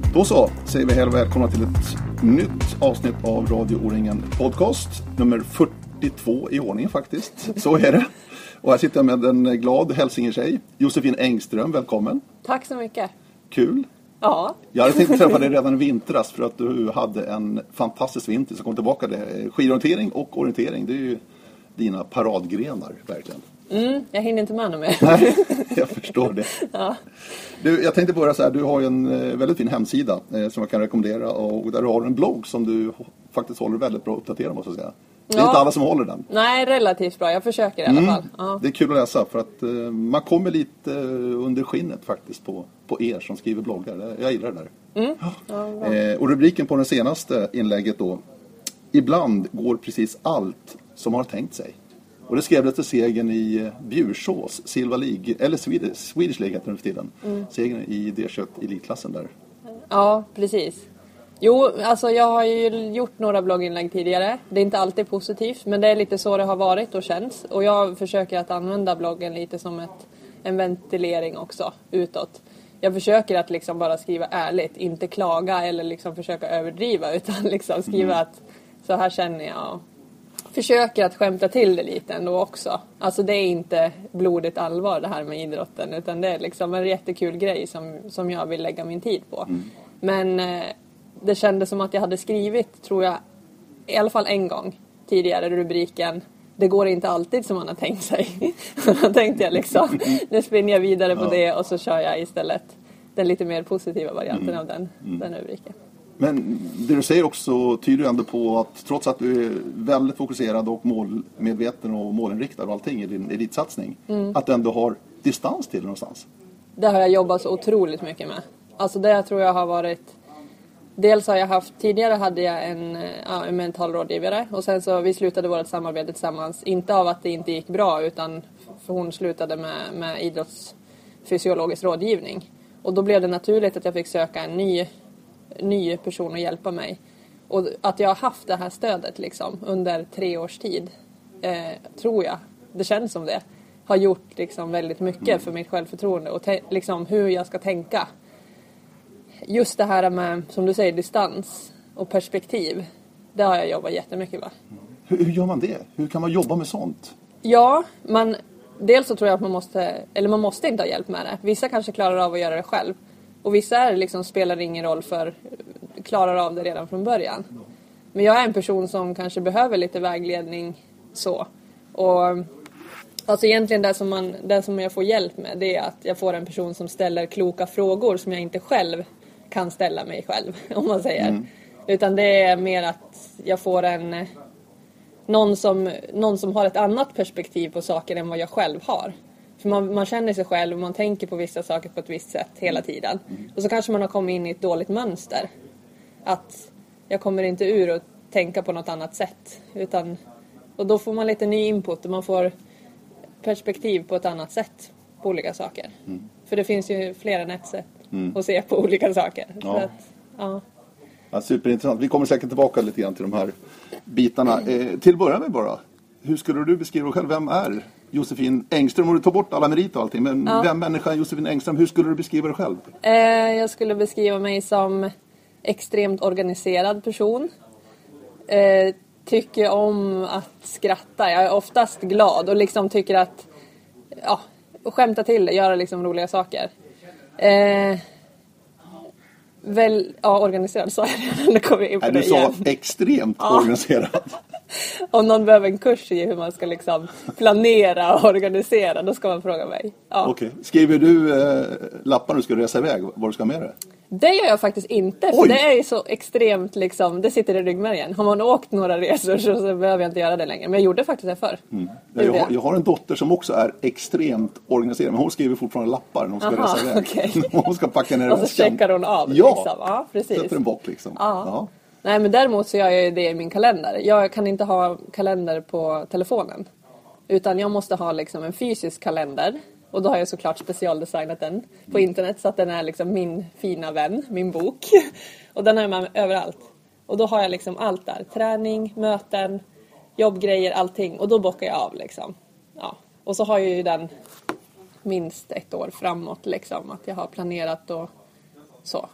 Då så säger vi hej och välkomna till ett nytt avsnitt av Radio O-ringen podcast. Nummer 42 i ordningen faktiskt. Så är det. Och här sitter jag med en glad hälsingetjej, Josefin Engström. Välkommen. Tack så mycket. Kul. Ja. Jag hade tänkt träffa dig redan i vintras för att du hade en fantastisk vinter som kom tillbaka. Skidorientering och orientering, det är ju dina paradgrenar verkligen. Jag hinner inte med mer. Nej, jag förstår det. Ja. Du, jag tänkte börja så här, du har ju en väldigt fin hemsida som jag kan rekommendera och där har du en blogg som du faktiskt håller väldigt bra uppdaterad, måste jag säga. Det är inte alla som håller den. Nej, relativt bra. Jag försöker i alla fall. Ja. Det är kul att läsa för att man kommer lite under skinnet faktiskt på er som skriver bloggar. Jag gillar det där. Och rubriken på den senaste inlägget då: ibland går precis allt som man har tänkt sig. Och det skrev det till segern i Bjursås, Silva League, eller Swedish League heter den för tiden. Segern i D21 elitklassen där. Ja, precis. Jo, alltså jag har ju gjort några blogginlägg tidigare. Det är inte alltid positivt, men det är lite så det har varit och känns. Och jag försöker att använda bloggen lite som en ventilering också utåt. Jag försöker att liksom bara skriva ärligt, inte klaga eller liksom försöka överdriva, utan liksom skriva att så här känner jag. Försöker att skämta till det lite ändå också. Alltså det är inte blodigt allvar det här med idrotten, utan det är liksom en jättekul grej som jag vill lägga min tid på. Men det kändes som att jag hade skrivit, tror jag, i alla fall en gång tidigare, rubriken "Det går inte alltid som man har tänkt sig". Då tänkte jag liksom, nu spinner jag vidare på det och så kör jag istället den lite mer positiva varianten av den rubriken. Men det du säger också tyder ju ändå på att trots att du är väldigt fokuserad och målmedveten och målinriktad och allting i din elitsatsning, att du ändå har distans till det någonstans. Det har jag jobbat så otroligt mycket med. Alltså det tror jag har varit... Dels har jag haft... Tidigare hade jag en mental rådgivare. Och sen så vi slutade vårt samarbete tillsammans. Inte av att det inte gick bra, utan för hon slutade med idrottsfysiologisk rådgivning. Och då blev det naturligt att jag fick söka en ny person att hjälpa mig. Och att jag har haft det här stödet liksom under 3 års tid, tror jag, det känns som det, har gjort liksom väldigt mycket för mitt självförtroende och liksom hur jag ska tänka. Just det här med, som du säger, distans och perspektiv, det har jag jobbat jättemycket med. Hur gör man det? Hur kan man jobba med sånt? Ja, dels så tror jag att man måste inte ha hjälp med det. Vissa kanske klarar av att göra det själv. Och vissa liksom spelar ingen roll för klarar av det redan från början. Men jag är en person som kanske behöver lite vägledning så. Och alltså egentligen det som jag får hjälp med, det är att jag får en person som ställer kloka frågor som jag inte själv kan ställa mig själv, om man säger. Utan det är mer att jag får någon som har ett annat perspektiv på saker än vad jag själv har. För man känner sig själv och man tänker på vissa saker på ett visst sätt hela tiden. Och så kanske man har kommit in i ett dåligt mönster. Att jag kommer inte ur att tänka på något annat sätt. Och då får man lite ny input och man får perspektiv på ett annat sätt på olika saker. För det finns ju fler än ett sätt att se på olika saker. Ja. Så att, Ja, superintressant. Vi kommer säkert tillbaka lite grann till de här bitarna. Till att börja med bara, hur skulle du beskriva dig själv? Vem är Josefin Engström? Om du tar bort alla meriter och allting, men vem människa är Josefin Engström? Hur skulle du beskriva dig själv? Jag skulle beskriva mig som extremt organiserad person. Tycker om att skratta. Jag är oftast glad och liksom tycker att skämta till det, göra liksom roliga saker. Organiserad, så är det. Nu kommer jag in på det igen. Du sa extremt organiserad. Om någon behöver en kurs i hur man ska liksom planera och organisera, då ska man fråga mig. Ja. Okej. Skriver du lappar när du ska resa iväg? Vad du ska med det? Det gör jag faktiskt inte. För det är ju så extremt liksom, det sitter i ryggmärgen. Har man åkt några resor så behöver jag inte göra det längre. Men jag gjorde faktiskt det förr. Jag har en dotter som också är extremt organiserad. Men hon skriver fortfarande lappar när hon ska resa iväg. Okay. Hon ska packa ner och så checkar hon av. Ja, liksom. Ja, precis. Sätter en bock liksom. Ja. Nej, men däremot så gör jag det i min kalender. Jag kan inte ha kalender på telefonen. Utan jag måste ha liksom en fysisk kalender. Och då har jag såklart specialdesignat den på internet. Så att den är liksom min fina vän, min bok. Och den har jag med överallt. Och då har jag liksom allt där. Träning, möten, jobbgrejer, allting. Och då bockar jag av liksom. Ja. Och så har jag ju den minst 1 år framåt liksom. Att jag har planerat och så.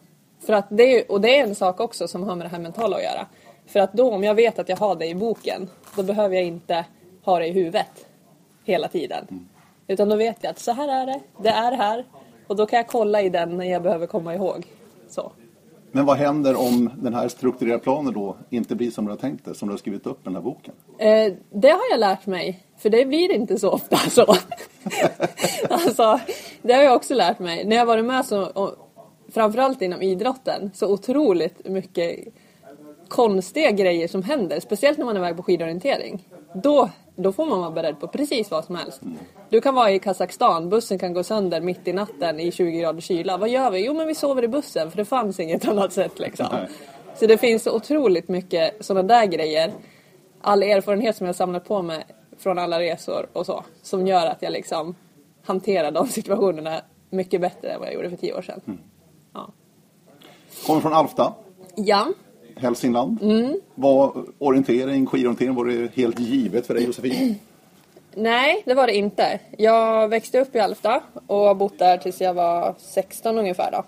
För att det är en sak också som har med det här mentala att göra. För att då, om jag vet att jag har det i boken, då behöver jag inte ha det i huvudet hela tiden. Utan då vet jag att så här är det är här. Och då kan jag kolla i den när jag behöver komma ihåg. Så. Men vad händer om den här strukturerade planen då inte blir som du har tänkt det, som du har skrivit upp i den här boken? Det har jag lärt mig. För det blir inte så ofta så. Alltså, det har jag också lärt mig. När jag varit med så, och framförallt inom idrotten, så otroligt mycket konstiga grejer som händer. Speciellt när man är iväg på skidorientering. Då får man vara beredd på precis vad som helst. Du kan vara i Kazakstan, bussen kan gå sönder mitt i natten i 20 grader kyla. Vad gör vi? Jo, men vi sover i bussen, för det fanns inget annat sätt liksom. Så det finns så otroligt mycket sådana där grejer. All erfarenhet som jag samlat på mig från alla resor och så, som gör att jag liksom hanterar de situationerna mycket bättre än vad jag gjorde för 10 år sedan. Ja. Kommer från Alfta. Ja. Hälsingland. Var skidorientering, var det helt givet för dig, Josefin? Nej, det var det inte. Jag växte upp i Alfta och har bott där tills jag var 16 ungefär då.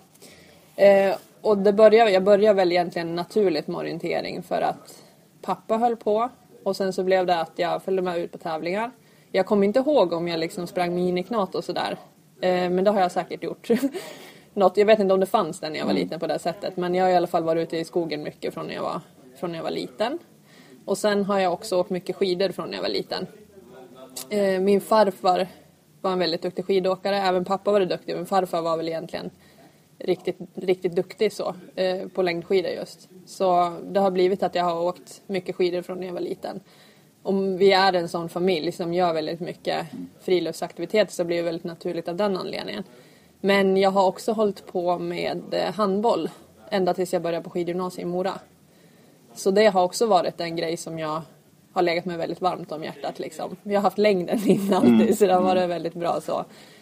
Och jag började väl egentligen naturligt med orientering för att pappa höll på. Och sen så blev det att jag följde med ut på tävlingar. Jag kommer inte ihåg om jag liksom sprang miniknat och sådär. Men det har jag säkert gjort. Jag vet inte om det fanns när jag var liten på det sättet. Men jag har i alla fall varit ute i skogen mycket från när jag var liten. Och sen har jag också åkt mycket skidor från när jag var liten. Min farfar var en väldigt duktig skidåkare. Även pappa var duktig. Men farfar var väl egentligen riktigt, riktigt duktig så, på längdskidor just. Så det har blivit att jag har åkt mycket skidor från när jag var liten. Om vi är en sån familj som gör väldigt mycket friluftsaktivitet, så blir det väldigt naturligt av den anledningen. Men jag har också hållit på med handboll ända tills jag började på skidgymnasiet i Mora. Så det har också varit en grej som jag har legat mig väldigt varmt om hjärtat. Liksom. Jag har haft längden innan alltid, så det har varit väldigt bra så.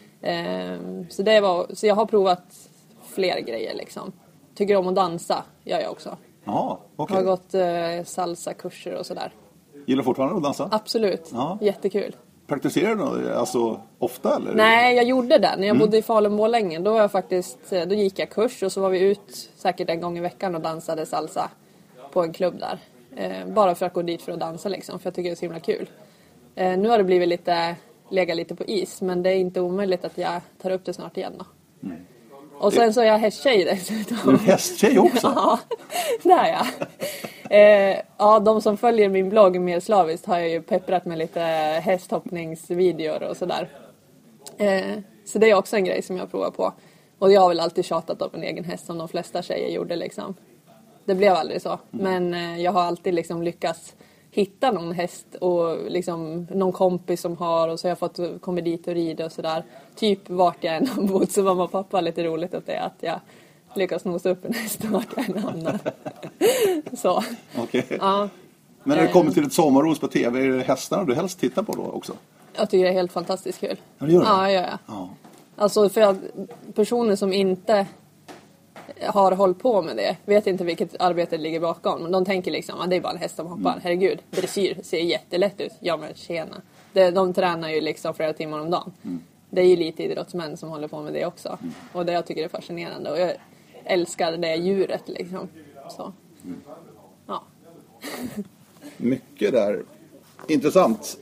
Så jag har provat fler grejer liksom. Tycker om att dansa, gör jag också. Ja, okej. Har gått salsa-kurser och sådär. Gillar du fortfarande att dansa? Absolut, jättekul. Praktiserar du alltså ofta eller? Nej, jag gjorde det. När jag bodde i Falun-Borlänge, då gick jag kurs och så var vi ut säkert en gång i veckan och dansade salsa på en klubb där. Bara för att gå dit för att dansa liksom, för jag tycker det är så himla kul. Nu har det blivit lägga lite på is, men det är inte omöjligt att jag tar upp det snart igen då. Och sen så är jag hästtjej dessutom. Du är hästtjej också? Ja, det är jag. Ja, de som följer min blogg mer slaviskt har jag ju pepprat med lite hästhoppningsvideor och sådär. Så det är också en grej som jag provar på. Och jag har väl alltid tjatat om en egen häst som de flesta tjejer gjorde liksom. Det blev aldrig så. Men jag har alltid liksom lyckats hitta någon häst och liksom någon kompis som har, och så har jag fått komma dit och rida och sådär. Typ vart jag än har bott, så var mamma och pappa lite roligt åt det, att jag lyckas nosa upp en häst vart jag än hamnar. Så. Okej. Ja. Men när det kommer till ett sommarros på tv, är det hästarna du helst tittar på då också? Jag tycker det är helt fantastiskt kul. Ja, det gör det? Ja, gör jag. Ja. Alltså för att personer som inte har hållit på med det vet inte vilket arbete det ligger bakom. Men de tänker liksom, det är bara en häst som hoppar. Herregud, dressyr ser jättelätt ut. Ja, men tjena. De tränar ju liksom flera timmar om dagen. Det är ju lite idrottsmän som håller på med det också. Och det jag tycker är fascinerande. Och jag älskar det djuret liksom. Så. Ja. Mycket där. Intressant.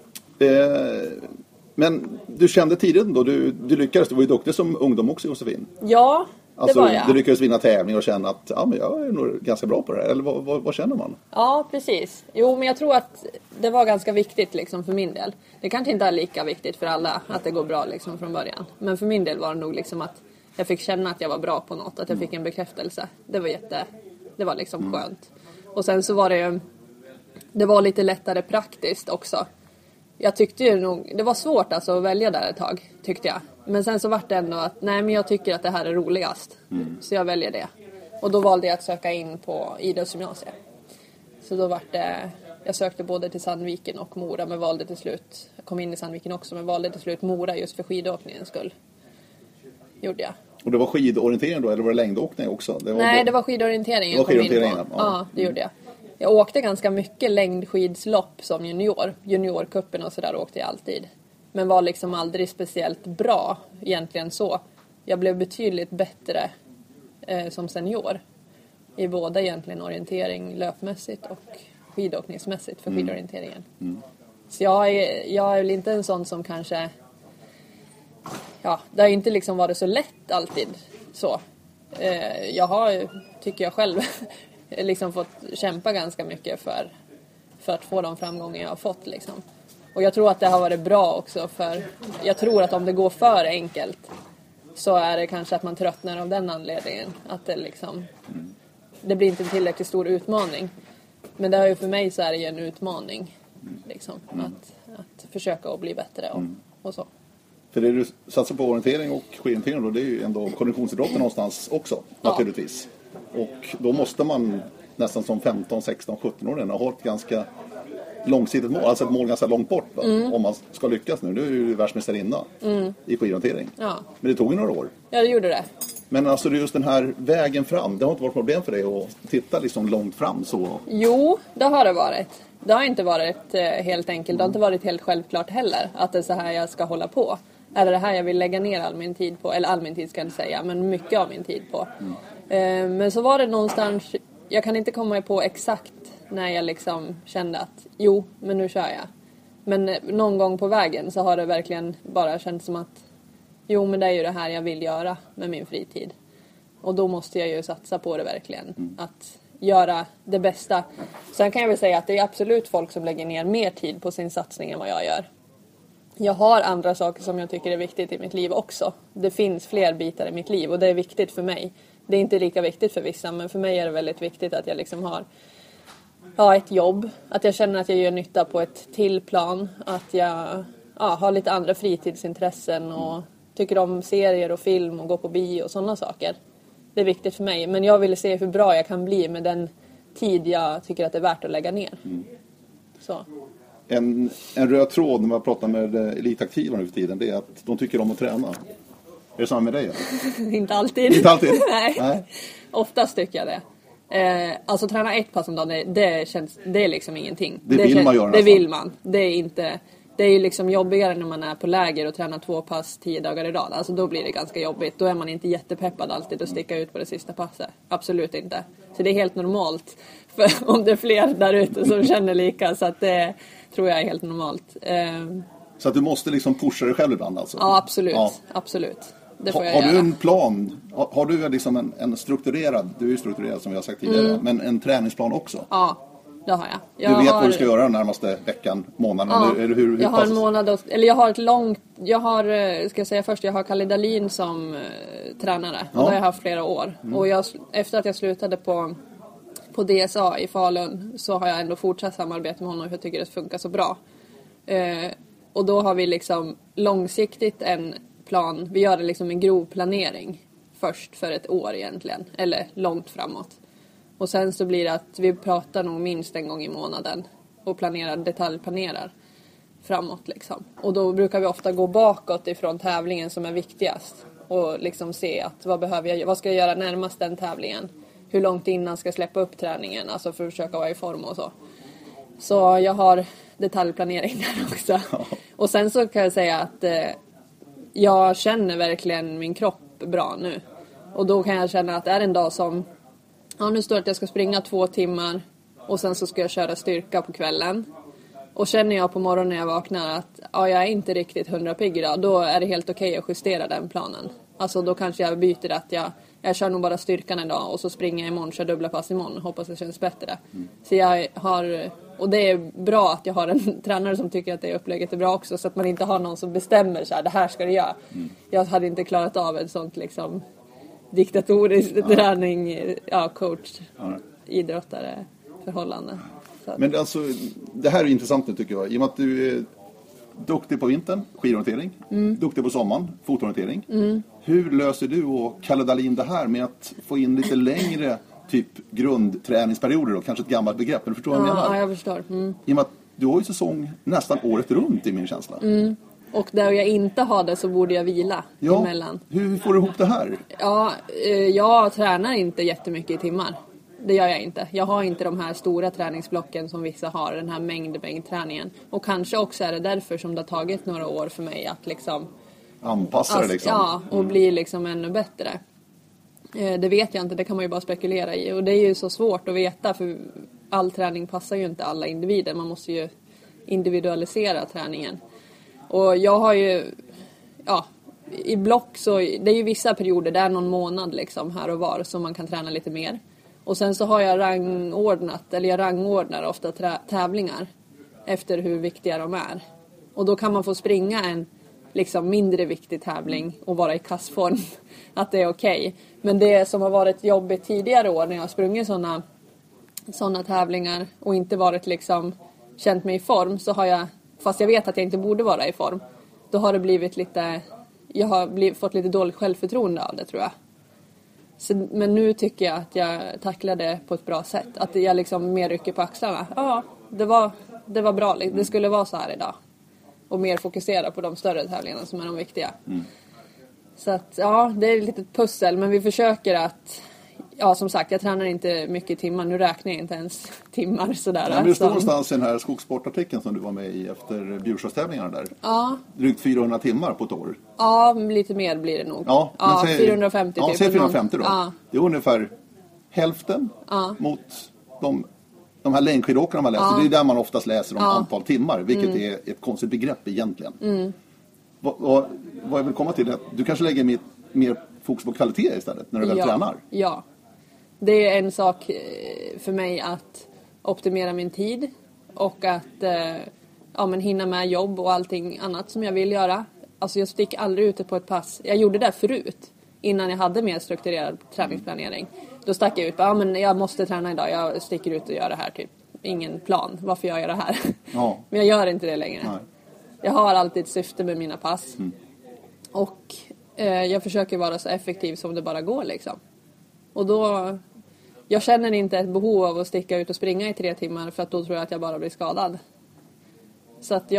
Men du kände tidigt då, du lyckades, du var ju duktig som ungdom också, Josefin. Ja, det var jag. Du lyckades vinna tävling och känna att men jag är nog ganska bra på det här. Eller vad känner man? Ja, precis. Jo, men jag tror att det var ganska viktigt liksom, för min del. Det kanske inte är lika viktigt för alla att det går bra liksom, från början. Men för min del var det nog liksom att jag fick känna att jag var bra på något. Att jag fick en bekräftelse. Det var liksom skönt. Och sen så var det var lite lättare praktiskt också. Jag tyckte ju nog, det var svårt alltså att välja där ett tag, tyckte jag. Men sen så var det ändå att, men jag tycker att det här är roligast. Så jag väljer det. Och då valde jag att söka in på idrottsgymnasiet. Så då var det, jag sökte både till Sandviken och Mora, men valde till slut, jag kom in i Sandviken också, men valde till slut Mora just för skidåkningens skull. Gjorde jag. Och det var skidorientering då, eller var det längdåkning också? Det var skidorientering jag kom in på. Ja, det gjorde jag. Jag åkte ganska mycket längdskidslopp som junior. Juniorkuppen och sådär åkte jag alltid. Men var liksom aldrig speciellt bra egentligen så. Jag blev betydligt bättre som senior. I både egentligen orientering löpmässigt och skidåkningsmässigt för skidorienteringen. Så jag är väl inte en sån som kanske... Ja, det har inte liksom varit så lätt alltid så. Jag har, tycker jag själv, liksom fått kämpa ganska mycket för att få de framgångar jag har fått liksom. Och jag tror att det har varit bra också, för jag tror att om det går för enkelt så är det kanske att man tröttnar av den anledningen. Att det liksom, det blir inte en tillräckligt stor utmaning. Men det är ju för mig så är det ju en utmaning liksom, att försöka att bli bättre och så. För det du satsar på orientering och skidorientering då, det är ju ändå konditionsidrotten någonstans också, naturligtvis. Och då måste man nästan som 15, 16, 17-åringar ha ett ganska långsiktigt mål, alltså ett mål ganska långt bort om man ska lyckas nu. Nu är du världsmästarinna i skidorientering. Ja. Men det tog ju några år. Ja, det gjorde det. Men alltså det är just den här vägen fram, det har inte varit problem för dig att titta liksom långt fram så? Jo, det har det varit. Det har inte varit helt enkelt, det har inte varit helt självklart heller att det är så här jag ska hålla på. Eller det här jag vill lägga ner all min tid på, eller all min tid ska jag inte säga, men mycket av min tid på. Men så var det någonstans, jag kan inte komma på exakt när jag liksom kände att jo, men nu kör jag. Men någon gång på vägen så har det verkligen bara känts som att jo, men det är ju det här jag vill göra med min fritid. Och då måste jag ju satsa på det verkligen. Att göra det bästa. Sen kan jag väl säga att det är absolut folk som lägger ner mer tid på sin satsning än vad jag gör. Jag har andra saker som jag tycker är viktigt i mitt liv också. Det finns fler bitar i mitt liv och det är viktigt för mig. Det är inte lika viktigt för vissa, men för mig är det väldigt viktigt att jag liksom har ett jobb. Att jag känner att jag gör nytta på ett till plan. Att jag har lite andra fritidsintressen och tycker om serier och film och gå på bio och sådana saker. Det är viktigt för mig. Men jag vill se hur bra jag kan bli med den tid jag tycker att det är värt att lägga ner. Så. En röd tråd när man pratar med elitaktiva nu för tiden, det är att de tycker om att träna. Är det samma med dig? Inte alltid. Inte alltid? Nej. Oftast tycker jag det. Alltså träna ett pass om dagen, det är liksom ingenting. Det vill man göra. Det vill man. Det är inte... Det är ju liksom jobbigare när man är på läger och tränar 2 pass 10 dagar i rad. Alltså då blir det ganska jobbigt. Då är man inte jättepeppad alltid att sticka ut på det sista passet. Absolut inte. Så det är helt normalt. För om det är fler där ute som känner lika. Så att det tror jag är helt normalt. Så att du måste liksom pusha dig själv ibland alltså? Ja, absolut. Ja. Absolut. Det får jag har göra. Du en plan? Har du liksom en strukturerad, du är ju strukturerad som vi har sagt tidigare, men en träningsplan också? Ja. Det har jag. Du vet vad du ska göra den närmaste veckan, månaden? Ja, eller hur jag har en månad, eller jag har ett långt, jag har Kalle Dahlin som tränare. Och det har jag haft flera år. Och efter att jag slutade på DSA i Falun så har jag ändå fortsatt samarbeta med honom för jag tycker det funkar så bra. Och då har vi liksom långsiktigt en plan, vi gör det liksom en grov planering först för ett år egentligen, eller långt framåt. Och sen så blir det att vi pratar nog minst en gång i månaden och detaljplanerar framåt liksom. Och då brukar vi ofta gå bakåt ifrån tävlingen som är viktigast och liksom se att vad ska jag göra närmast den tävlingen? Hur långt innan ska jag släppa upp träningen, alltså för att försöka vara i form och så. Så jag har detaljplanering där också. Och sen så kan jag säga att jag känner verkligen min kropp bra nu. Och då kan jag känna att det är en dag som nu står det att jag ska springa 2 timmar och sen så ska jag köra styrka på kvällen. Och känner jag på morgonen när jag vaknar att jag är inte riktigt 100 pigg idag, då är det helt okej att justera den planen. Alltså då kanske jag byter att jag kör nog bara styrkan idag och så springer jag imorgon, kör dubbla pass imorgon, hoppas det känns bättre. Så jag har, och det är bra att jag har en tränare som tycker att det upplägget är bra också, så att man inte har någon som bestämmer så här, det här ska du göra. Jag hade inte klarat av ett sånt liksom diktatorisk träning, coach, idrottare förhållande. Så. Men alltså, det här är intressant nu tycker jag. I och med att du är duktig på vintern, skidorientering, duktig på sommaren, fotorientering. Hur löser du och Kalle Dahlin det här med att få in lite längre typ grundträningsperioder då? Kanske ett gammalt begrepp, eller förstår du vad jag menar? Ja, jag förstår. I och med att du har ju säsong nästan året runt i min känsla. Och där jag inte har det så borde jag vila emellan. Hur får du ihop det här? Ja, jag tränar inte jättemycket i timmar. Det gör jag inte. Jag har inte de här stora träningsblocken som vissa har. Den här mängdträningen. Och kanske också är det därför som det har tagit några år för mig att liksom anpassa det liksom. Ja, och bli liksom ännu bättre. Det vet jag inte, det kan man ju bara spekulera i. Och det är ju så svårt att veta, för all träning passar ju inte alla individer. Man måste ju individualisera träningen. Och jag har ju, i block så, det är ju vissa perioder, där någon månad liksom här och var som man kan träna lite mer. Och sen så har jag jag rangordnar ofta tävlingar efter hur viktiga de är. Och då kan man få springa en liksom mindre viktig tävling och vara i kassform. Att det är okej. Men det som har varit jobbigt tidigare år när jag har sprungit sådana tävlingar och inte varit liksom känt mig i form, så har jag, fast jag vet att jag inte borde vara i form, då har det blivit lite, jag har fått lite dåligt självförtroende av det, tror jag. Så, men nu tycker jag att jag tacklade det på ett bra sätt. Att jag liksom mer rycker på axlarna. Ja, det var bra. Det skulle vara så här idag. Och mer fokusera på de större tävlingarna som är de viktiga. Så att, det är ett litet pussel. Men vi försöker att, som sagt, jag tränar inte mycket timmar. Nu räknar jag inte ens timmar sådär. Men det står någonstans i den här skogsportartikeln som du var med i efter Bjurstadstävlingarna där. Ja. Drygt 400 timmar på ett år. Ja, lite mer blir det nog. Ja, men 450 typ. Ja, säg 450 då. Ja. Det är ungefär hälften mot de här längdskidåkarna man läser. Det är där man oftast läser om antal timmar. Vilket är ett konstigt begrepp egentligen. Vad jag vill komma till är att du kanske lägger mer fokus på kvalitet istället när du väl tränar. Ja, det är en sak för mig att optimera min tid. Och att hinna med jobb och allting annat som jag vill göra. Alltså jag sticker aldrig ute på ett pass. Jag gjorde det förut. Innan jag hade mer strukturerad träningsplanering. Då stack jag ut. Jag måste träna idag. Jag sticker ut och gör det här typ. Ingen plan varför jag gör det här. Ja. Men jag gör inte det längre. Nej. Jag har alltid ett syfte med mina pass. Och jag försöker vara så effektiv som det bara går liksom. Och då, jag känner inte ett behov av att sticka ut och springa i 3 timmar. För att då tror jag att jag bara blir skadad. Så att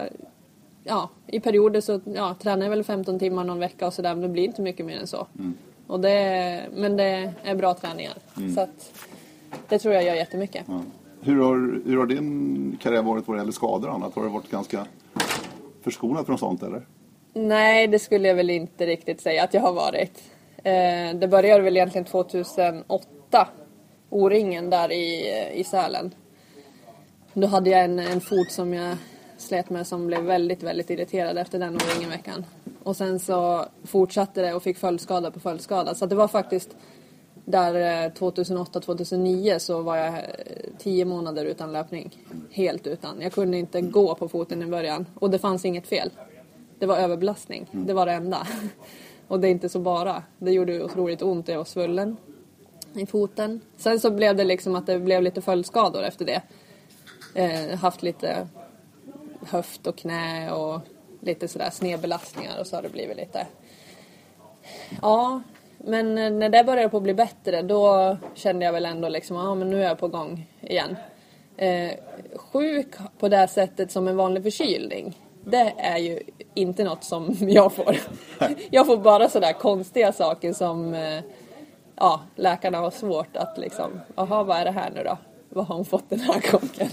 i perioder så tränar jag väl 15 timmar någon vecka och sådär. Men det blir inte mycket mer än så. Och men det är bra träningar. Så att det tror jag gör jättemycket. Ja. Hur har din karriär varit vad det gäller skador och annat? Har du varit ganska förskonad från sånt eller? Nej, det skulle jag väl inte riktigt säga att jag har varit. Det började väl egentligen 2008. O-ringen där i Sälen. Då hade jag en fot som jag slet med som blev väldigt, väldigt irriterad efter den O-ringen-veckan. Och sen så fortsatte det och fick följdskada på följdskada. Så det var faktiskt där 2008-2009 så var jag 10 månader utan löpning. Helt utan. Jag kunde inte gå på foten i början. Och det fanns inget fel. Det var överbelastning. Det var det enda. Och det är inte så bara. Det gjorde otroligt ont. Jag var svullen i foten. Sen så blev det liksom att det blev lite följdskador efter det. Haft lite höft och knä och lite sådär snedbelastningar. Och så har det blivit lite... Ja, men när det började på att bli bättre, då kände jag väl ändå liksom, men nu är jag på gång igen. Sjuk på det sättet som en vanlig förkylning, det är ju inte något som jag får. Jag får bara sådär konstiga saker som läkarna har svårt att liksom, vad är det här nu då? Vad har hon fått den här gången?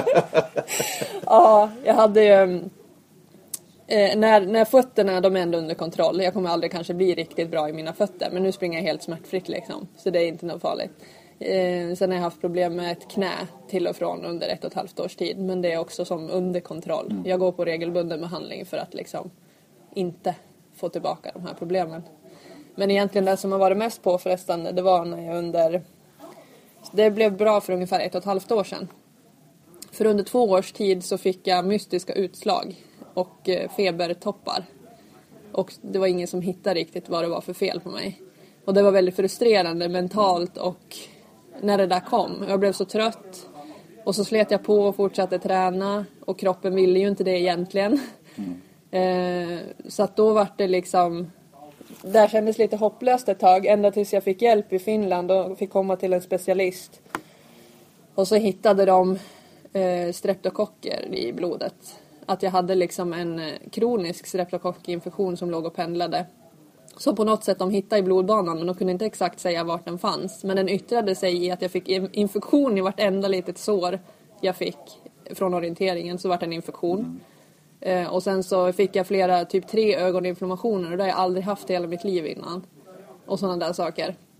Jag hade ju... När fötterna, de är ändå under kontroll. Jag kommer aldrig kanske bli riktigt bra i mina fötter. Men nu springer jag helt smärtfritt liksom. Så det är inte något farligt. Sen har jag haft problem med ett knä till och från under 1,5 års tid. Men det är också som under kontroll. Jag går på regelbunden behandling för att liksom inte få tillbaka de här problemen. Men egentligen det som har varit mest på förresten, det var när jag det blev bra för ungefär 1,5 år sedan. För under 2 års tid så fick jag mystiska utslag och febertoppar. Och det var ingen som hittade riktigt vad det var för fel på mig. Och det var väldigt frustrerande mentalt och när det där kom. Jag blev så trött. Och så slet jag på och fortsatte träna. Och kroppen ville ju inte det egentligen. Så att då var det liksom... Där kändes lite hopplöst ett tag. Ända tills jag fick hjälp i Finland och fick komma till en specialist. Och så hittade de streptokocker i blodet. Att jag hade liksom en kronisk streptokockinfektion som låg och pendlade. Så på något sätt de hittade i blodbanan, men de kunde inte exakt säga vart den fanns. Men den yttrade sig i att jag fick infektion i vartenda litet sår jag fick från orienteringen, så vart det en infektion. Och sen så fick jag flera, typ 3 ögoninflammationer, och det har jag aldrig haft i hela mitt liv innan. Och sådana där saker.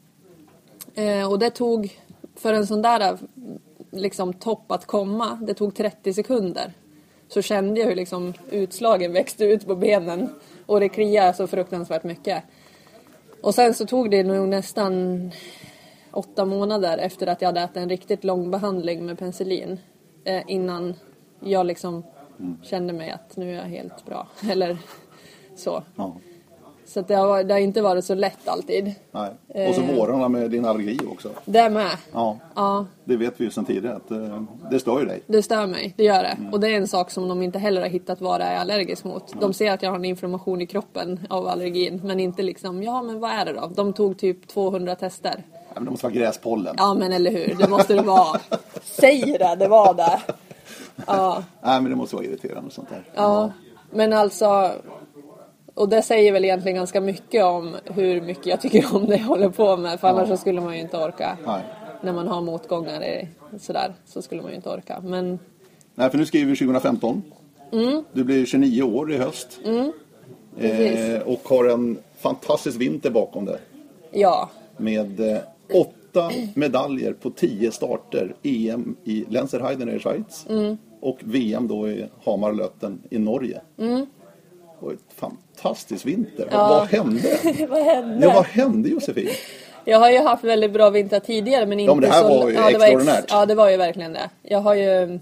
Och det tog, för en sån där liksom topp att komma, det tog 30 sekunder. Så kände jag hur liksom utslagen växte ut på benen. Och det kliade så fruktansvärt mycket. Och sen så tog det nog nästan 8 månader efter att jag hade ätit en riktigt lång behandling med penicillin. Innan jag liksom kände mig att nu är jag helt bra. Eller så. Ja. Så att det har inte varit så lätt alltid. Nej. Och så vårarna med din allergi också. Det med. Ja. Det vet vi ju sedan tidigare att det stör ju dig. Det stör mig, det gör det. Och det är en sak som de inte heller har hittat vad jag är allergisk mot. De ser att jag har en inflammation i kroppen av allergin. Men inte liksom, men vad är det då? De tog typ 200 tester. Ja, men det måste vara gräspollen. Ja, men eller hur? Det måste det vara. Säg det var det. Ja. Nej, men det måste vara irriterande och sånt där. Ja, men alltså... Och det säger väl egentligen ganska mycket om hur mycket jag tycker om det jag håller på med. För annars så skulle man ju inte orka. Nej. När man har motgångar sådär, så skulle man ju inte orka. Men... Nej, för nu skriver vi 2015. Du blir 29 år i höst. Och har en fantastisk vinter bakom dig. Ja. Med 8 medaljer på 10 starter. EM i Lenzerheide i Schweiz. Och VM då i Hamar-Löten i Norge. Och ett fantastiskt vinter. Ja. Vad hände? Vad hände, Josefin? Jag har ju haft väldigt bra vinter tidigare, men inte men det här så... var ju extraordinärt. Ja, det var ju verkligen det. Jag har ju...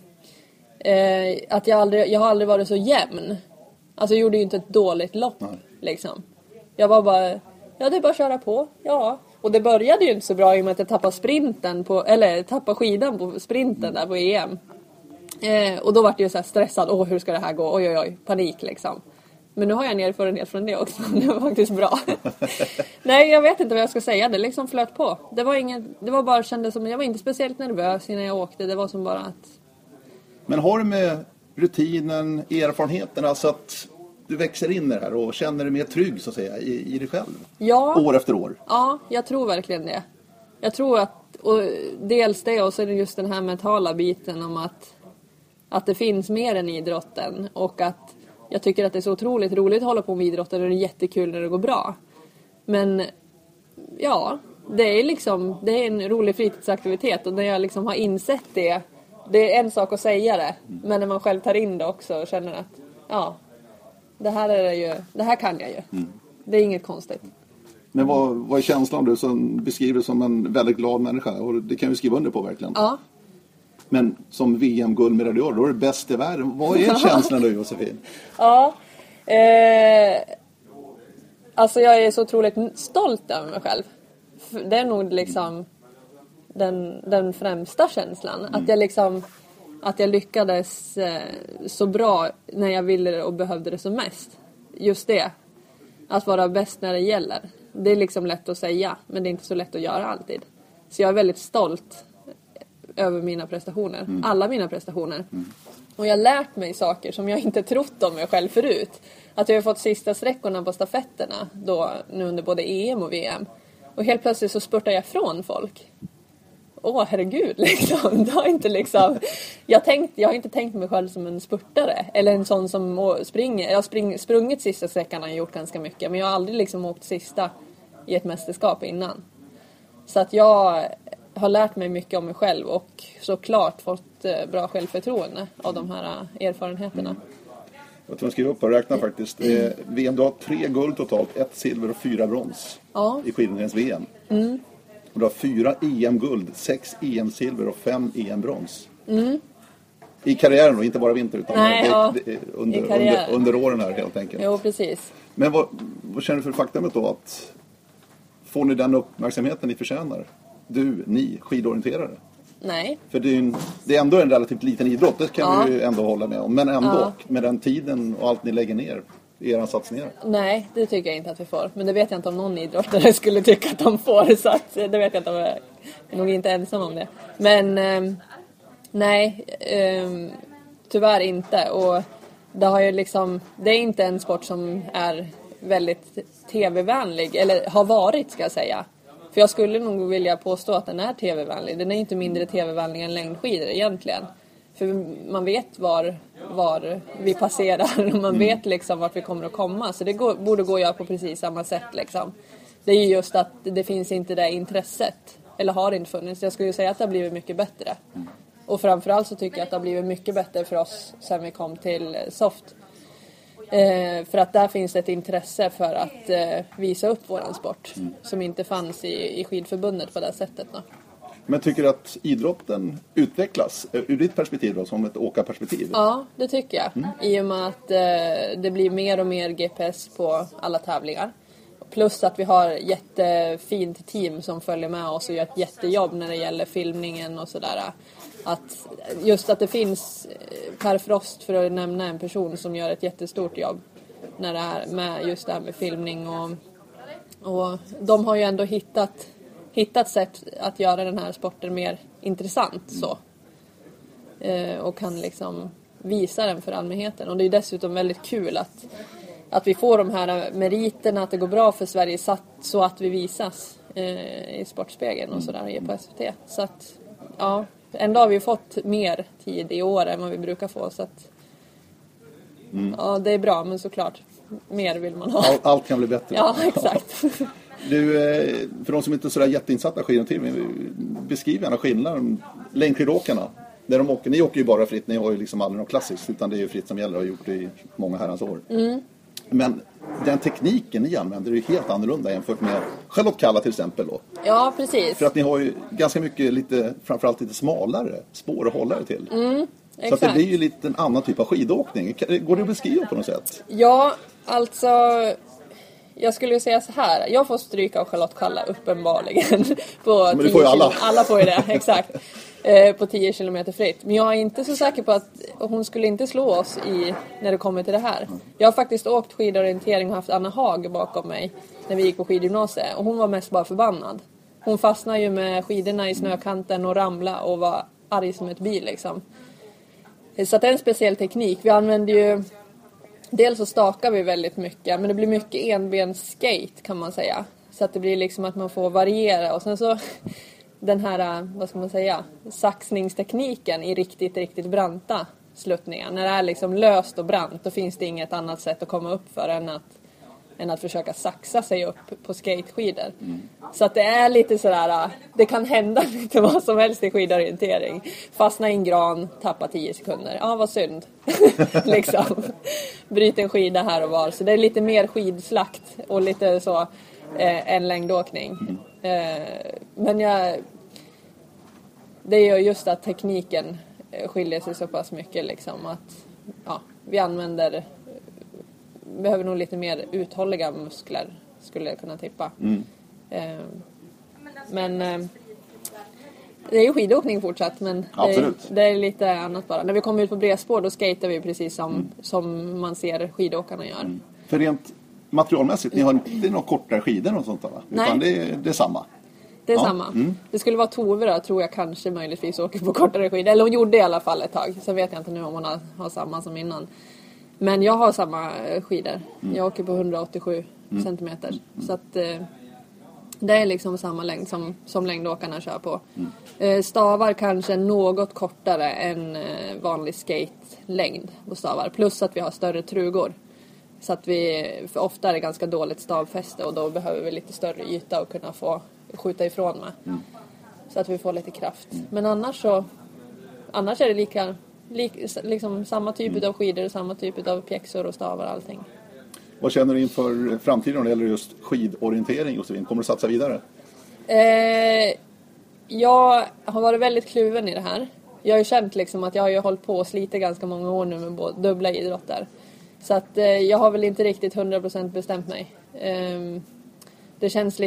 jag har aldrig varit så jämn. Alltså jag gjorde ju inte ett dåligt lopp. Liksom. Jag var bara... Ja, det är bara att köra på. Ja. Och det började ju inte så bra i och med att jag tappade skidan på sprinten där på EM. Och då var det ju så här stressad. Hur ska det här gå? Oj, panik liksom. Men nu har jag en erfarenhet från det också. Det var faktiskt bra. Nej, jag vet inte vad jag ska säga. Det liksom flöt på. Det var bara, kändes som, jag var inte speciellt nervös innan jag åkte. Det var som bara att... Men har du med rutinen, erfarenheterna så att du växer in i det här och känner dig mer trygg så att säga i dig själv? Ja. År efter år. Ja, jag tror verkligen det. Jag tror att, och dels det och så är det just den här mentala biten om att det finns mer än idrotten och att jag tycker att det är så otroligt roligt att hålla på med idrotten och det är jättekul när det går bra. Men ja, det är en rolig fritidsaktivitet och när jag liksom har insett det är en sak att säga det, men när man själv tar in det också och känner att det här kan jag ju. Det är inget konstigt. Men vad är känslan du som beskriver som en väldigt glad människa? Och det kan vi skriva under på verkligen. Ja. Men som VM-guldmedaljör, då är det bäst i världen. Vad är känslan då, Josefin? Ja, alltså jag är så otroligt stolt över mig själv. Det är nog liksom den främsta känslan. Att jag lyckades så bra när jag ville och behövde det som mest. Just det. Att vara bäst när det gäller. Det är liksom lätt att säga, men det är inte så lätt att göra alltid. Så jag är väldigt stolt över mina prestationer. Alla mina prestationer. Och jag har lärt mig saker som jag inte trott om mig själv förut. Att jag har fått sista sträckorna på stafetterna då, nu under både EM och VM. Och helt plötsligt så spurtar jag från folk. Herregud, liksom. Det har inte liksom... Jag har inte tänkt mig själv som en spurtare. Eller en sån som springer. Jag har sprungit sista sträckan och gjort ganska mycket. Men jag har aldrig liksom åkt sista i ett mästerskap innan. Så att jag har lärt mig mycket om mig själv. Och såklart fått bra självförtroende av de här erfarenheterna. Jag tror jag skriver upp och räknar faktiskt. VM, du har 3 guld totalt. 1 silver och 4 brons i skidåkningens VM. Och du har 4 EM-guld, 6 EM-silver och 5 EM-brons. I karriären då, inte bara vinter utan under åren här helt enkelt. Jo, precis. Men vad känner du för faktumet då att får ni den uppmärksamheten ni förtjänar? Ni skidorienterare? Nej. För det är ändå en relativt liten idrott, det kan vi ju ändå hålla med om. Men ändå, med den tiden och allt ni lägger ner i era satsningar. Nej, det tycker jag inte att vi får. Men det vet jag inte om någon idrottare skulle tycka att de får. Så att, det vet jag inte om jag är nog inte ensam om det. Men nej, tyvärr inte. Och det har ju liksom, det är inte en sport som är väldigt tv-vänlig. Eller har varit, ska jag säga. För jag skulle nog vilja påstå att den är tv-vänlig. Den är inte mindre tv-vänlig än längdskidor egentligen. För man vet var vi passerar och man vet liksom vart vi kommer att komma. Så det borde gå att göra på precis samma sätt liksom. Det är ju just att det finns inte det intresset eller har inte funnits. Jag skulle säga att det har blivit mycket bättre. Och framförallt så tycker jag att det har blivit mycket bättre för oss sen vi kom till Soft. För att där finns ett intresse för att visa upp våran sport som inte fanns i skidförbundet på det sättet då. Men tycker du att idrotten utvecklas ur ditt perspektiv då, som ett åkarperspektiv? Ja, det tycker jag. I och med att det blir mer och mer GPS på alla tävlingar. Plus att vi har jättefint team som följer med oss och gör ett jättejobb när det gäller filmningen och sådär. Att just att det finns Per Frost, för att nämna en person som gör ett jättestort jobb när det är med just det här med filmning och de har ju ändå hittat sätt att göra den här sporten mer intressant så. Och kan liksom visa den för allmänheten. Och det är dessutom väldigt kul att vi får de här meriterna, att det går bra för Sverige så att vi visas i Sportspegeln och sådär på SVT. Så att, ja, ändå har vi fått mer tid i år än vad vi brukar få. Så att, ja, det är bra, men såklart, mer vill man ha. Allt kan bli bättre. Ja, exakt. Du, för de som inte är sådär jätteinsatta skidåkare, beskriv gärna skillnaden. Längdskidåkarna, när de åker, ni åker ju bara fritt, ni har ju liksom aldrig något klassiskt, utan det är ju fritt som gäller och har gjort det i många herrans år. Men den tekniken ni använder är ju helt annorlunda jämfört med Charlotte Kalla till exempel då. Ja, precis. För att ni har ju ganska mycket, framförallt lite smalare spår att hålla er till. Så att det blir ju lite en annan typ av skidåkning. Går det att beskriva på något sätt? Ja, alltså jag skulle ju säga så här. Jag får stryka av Charlotte Kalla uppenbarligen. Men det får ju alla. Alla får ju det, exakt. På 10 kilometer fritt. Men jag är inte så säker på att hon skulle inte slå oss när det kommer till det här. Jag har faktiskt åkt skidorientering och haft Anna Haag bakom mig när vi gick på skidgymnasiet. Och hon var mest bara förbannad. Hon fastnade ju med skidorna i snökanten och ramla och var arg som ett bil liksom. Så att det är en speciell teknik. Vi använder ju... Dels så stakar vi väldigt mycket, men det blir mycket enbensskate kan man säga. Så att det blir liksom att man får variera. Och sen så den här, vad ska man säga, saxningstekniken i riktigt branta sluttningar. När det är liksom löst och brant, då finns det inget annat sätt att komma upp för än att försöka saxa sig upp på skateskidor. Så att det är lite sådär, det kan hända lite vad som helst i skidorientering. Fastna i en gran, tappa 10 sekunder. Ja, vad synd. Liksom. Bryt en skida här och var. Så det är lite mer skidslakt och lite så en längdåkning. Men det är ju just att tekniken skiljer sig så pass mycket liksom att vi behöver nog lite mer uthålliga muskler, skulle jag kunna tippa. Men det är ju skidåkning fortsatt, men det är lite annat bara. När vi kommer ut på bredspår, då skater vi precis som man ser skidåkarna gör. För rent materialmässigt, ni har inte några kortare skidor och sånt där, va? Utan det är samma. Det är samma. Det skulle vara Tove då, tror jag kanske möjligtvis åker på kortare skidor. Eller hon gjorde i alla fall ett tag. Så vet jag inte nu om hon har samma som innan. Men jag har samma skidor. Jag åker på 187 centimeter. Så att det är liksom samma längd som längdåkarna kör på. Stavar kanske något kortare än vanlig skate-längd på stavar. Plus att vi har större trugor. Så att för ofta är det ganska dåligt stavfäste. Och då behöver vi lite större yta och kunna få skjuta ifrån med. Så att vi får lite kraft. Men annars är det liksom samma typ av skidor, samma typ av pjäxor och stavar och allting. Vad känner du inför framtiden när det gäller just skidorientering och så vidare? Kommer du satsa vidare? Jag har varit väldigt kluven i det här. Jag har ju känt liksom att jag har ju hållit på och slitit ganska många år nu med dubbla idrotter. Så att jag har väl inte riktigt 100% bestämt mig. Det känns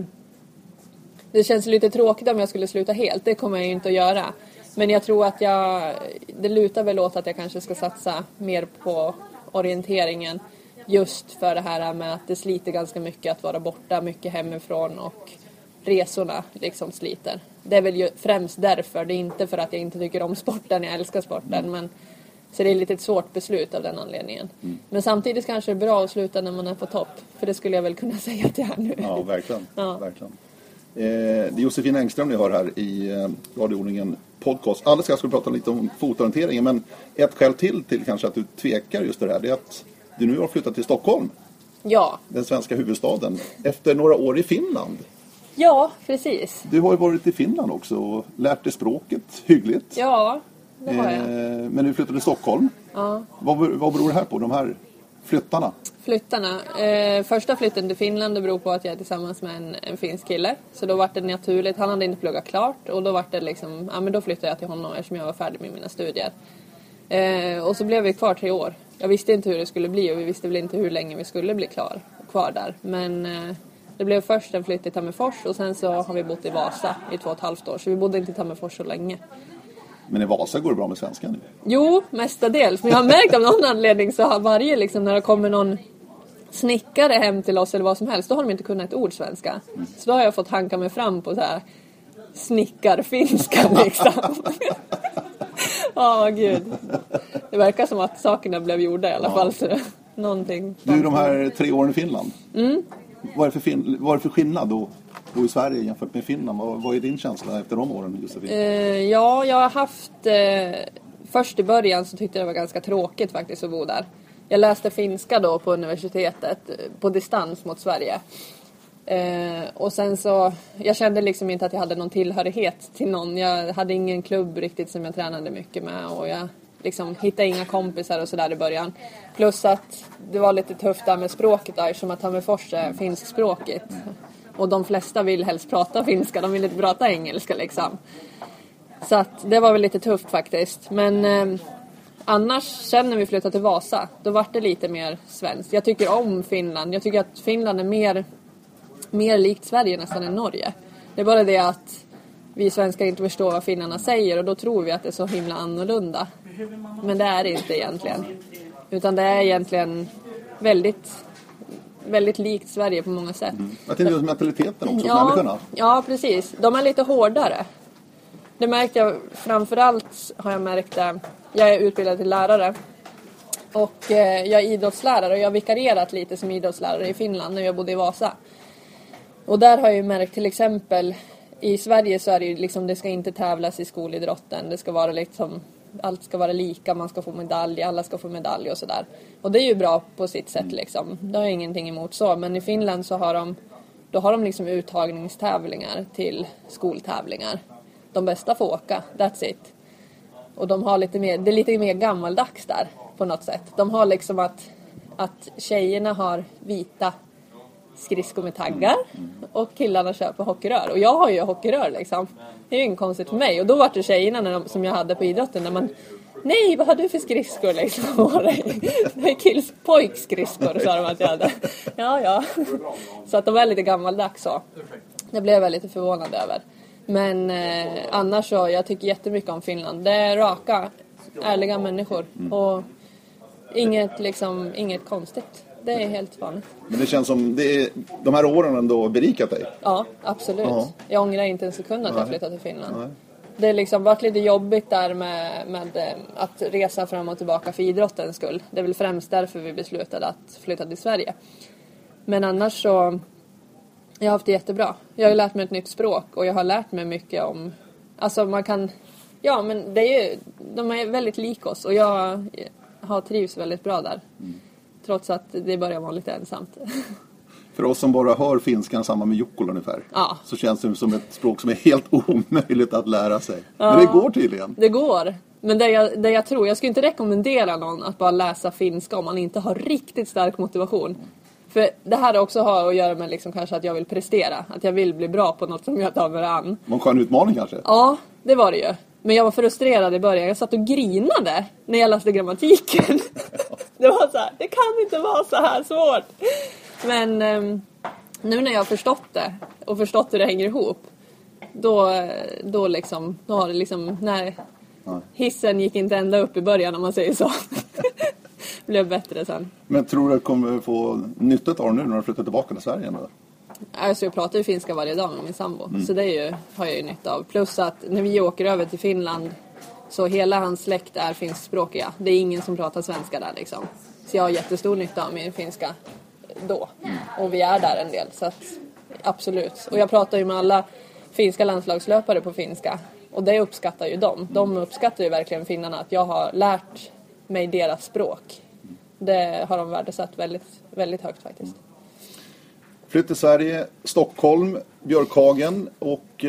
lite tråkigt om jag skulle sluta helt. Det kommer jag ju inte att göra. Men jag tror att det lutar väl åt att jag kanske ska satsa mer på orienteringen. Just för det här med att det sliter ganska mycket att vara borta mycket hemifrån och resorna liksom sliter. Det är väl ju främst därför. Det är inte för att jag inte tycker om sporten, jag älskar sporten. Men, så det är lite ett svårt beslut av den anledningen. Men samtidigt kanske det är bra att sluta när man är på topp. För det skulle jag väl kunna säga till här nu. Ja, verkligen. Ja. Verkligen. Det är Josefin Engström ni hör här i radioordningen podcast. Alldeles ska prata lite om fotorienteringen, men ett skäl till kanske att du tvekar just det här, det är att du nu har flyttat till Stockholm. Ja. Den svenska huvudstaden. Efter några år i Finland. Ja, precis. Du har ju varit i Finland också och lärt dig språket hyggligt. Ja, det har jag. Men du flyttade till Stockholm. Ja. Vad beror det här på, de här flyttarna? Flyttarna. Första flytten till Finland, det beror på att jag är tillsammans med en finsk kille. Så då var det naturligt. Han hade inte pluggat klart. Och då var det liksom, ja men då flyttade jag till honom eftersom jag var färdig med mina studier. Och så blev vi kvar 3 år. Jag visste inte hur det skulle bli och vi visste väl inte hur länge vi skulle bli kvar där. Men det blev först en flytt till Tammerfors och sen så har vi bott i Vasa i 2,5 år. Så vi bodde inte i Tammerfors så länge. Men i Vasa går det bra med svenska nu? Jo, mestadels. Men jag har märkt av någon anledning så har varje liksom när det kommer någon snickare hem till oss eller vad som helst, då har de inte kunnat ett ord svenska. Så då har jag fått hanka mig fram på så här snickarfinska liksom. Ja, gud. Det verkar som att sakerna blev gjorda i alla fall. Så någonting. Du, de här 3 åren i Finland. Vad är det för skillnad då i Sverige jämfört med Finland? Vad är din känsla efter de åren, Josefin? Ja, jag har haft... först i början så tyckte jag det var ganska tråkigt faktiskt att bo där. Jag läste finska då på universitetet på distans mot Sverige. Och sen så... Jag kände liksom inte att jag hade någon tillhörighet till någon. Jag hade ingen klubb riktigt som jag tränade mycket med. Och jag liksom hittade inga kompisar och sådär i början. Plus att det var lite tufft där med språket där. Som att Tammerfors är finskspråkigt. Och de flesta vill helst prata finska. De vill inte prata engelska liksom. Så att det var väl lite tufft faktiskt. Men annars sen när vi flyttade till Vasa. Då var det lite mer svenskt. Jag tycker om Finland. Jag tycker att Finland är mer likt Sverige nästan än Norge. Det är bara det att vi svenskar inte förstår vad finnarna säger. Och då tror vi att det är så himla annorlunda. Men det är det inte egentligen. Utan det är egentligen väldigt likt Sverige på många sätt. Jag tänkte just mentaliteten också, människorna. Ja, precis. De är lite hårdare. Det märkte jag, framförallt har jag märkt det. Jag är utbildad till lärare. Och jag är idrottslärare och jag har vikarierat lite som idrottslärare i Finland när jag bodde i Vasa. Och där har jag ju märkt till exempel, i Sverige så är det ju liksom, det ska inte tävlas i skolidrotten. Det ska vara liksom, allt ska vara lika, man ska få medalj, alla ska få medalj och sådär. Och det är ju bra på sitt sätt liksom. Det har jag ingenting emot så. Men i Finland så har de liksom uttagningstävlingar till skoltävlingar. De bästa får åka, that's it. Och de har det är lite mer gammaldags där på något sätt. De har liksom att tjejerna har vita skridskor med taggar och killarna köper hockeyrör. Och jag har ju hockeyrör liksom. Det är ju inget konstigt för mig. Och då var det tjejerna som jag hade på idrotten när man... Nej, vad har du för skridskor liksom? Det är pojkskridskor sa de att jag hade. Ja. Så att de är lite gammaldags så. Det blev jag lite förvånad över. Men annars så, jag tycker jättemycket om Finland. Det är raka, ärliga människor. Och inget konstigt. Det är helt vanligt. Men det känns som de här åren ändå berikat dig. Ja, absolut. Ja. Jag ångrar inte en sekund att jag flyttade till Finland. Nej. Det har liksom varit lite jobbigt där med att resa fram och tillbaka för idrottens skull. Det är väl främst därför vi beslutade att flytta till Sverige. Men annars så... Jag har haft det jättebra. Jag har lärt mig ett nytt språk och jag har lärt mig mycket om... Alltså man kan... Ja, men de är väldigt lika oss och jag har trivs väldigt bra där. Trots att det börjar vara lite ensamt. För oss som bara hör finskan samma med Jukkola ungefär. Ja. Så känns det som ett språk som är helt omöjligt att lära sig. Ja, men det går tydligen. Det går. Men det jag tror, jag skulle inte rekommendera någon att bara läsa finska om man inte har riktigt stark motivation. För det här också har att göra med liksom kanske att jag vill prestera. Att jag vill bli bra på något som jag tar mig an. En skön utmaning kanske? Ja, det var det ju. Men jag var frustrerad i början. Jag satt och grinade när jag läste grammatiken. Det var så här, det kan inte vara så här svårt. Men nu när jag har förstått det och förstått hur det hänger ihop, då har det liksom, när hissen gick inte ända upp i början om man säger så. Blev bättre sen. Men tror du att du kommer få nytta av nu när du flyttar tillbaka till Sverige? Eller? Alltså jag pratar ju finska varje dag med min sambo. Så det har jag ju nytta av. Plus att när vi åker över till Finland så hela hans släkt är finskspråkiga. Det är ingen som pratar svenska där liksom. Så jag har jättestor nytta av min finska då. Och vi är där en del. Så att, absolut. Och jag pratar ju med alla finska landslagslöpare på finska. Och det uppskattar ju de. De uppskattar ju verkligen finnarna att jag har lärt mig deras språk. Det har de värdesatt väldigt, väldigt högt faktiskt. Flytt till Sverige, Stockholm, Björkhagen och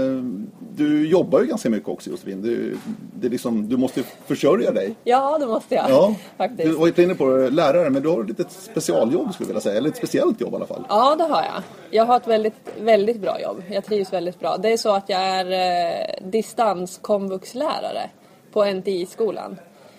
du jobbar ju ganska mycket också, Josefin. Du måste försörja dig. Ja, det måste jag. Ja, faktiskt. Du var inte inne på lärare, men du har ett litet specialjobb skulle jag vilja säga. Eller ett speciellt jobb i alla fall. Ja, det har jag. Jag har ett väldigt, väldigt bra jobb. Jag trivs väldigt bra. Det är så att jag är distanskomvuxlärare på NTI-skolan.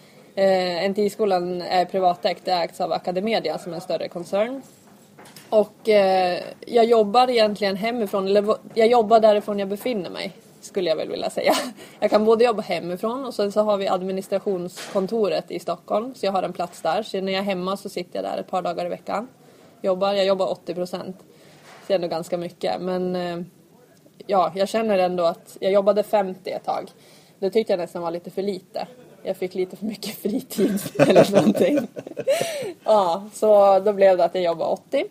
NTI-skolan är privatägt, det ägs av Academedia som är en större koncern. Och jag jobbar egentligen hemifrån, eller jag jobbar därifrån jag befinner mig, skulle jag väl vilja säga. Jag kan både jobba hemifrån och sen så har vi administrationskontoret i Stockholm, så jag har en plats där. Så när jag är hemma så sitter jag där ett par dagar i veckan. Jag jobbar 80%, så det är ändå ganska mycket. Men ja, jag känner ändå att jag jobbade 50 ett tag. Det tyckte jag nästan var lite för lite. Jag fick lite för mycket fritid eller någonting. Ja, så då blev det att jag jobbade 80.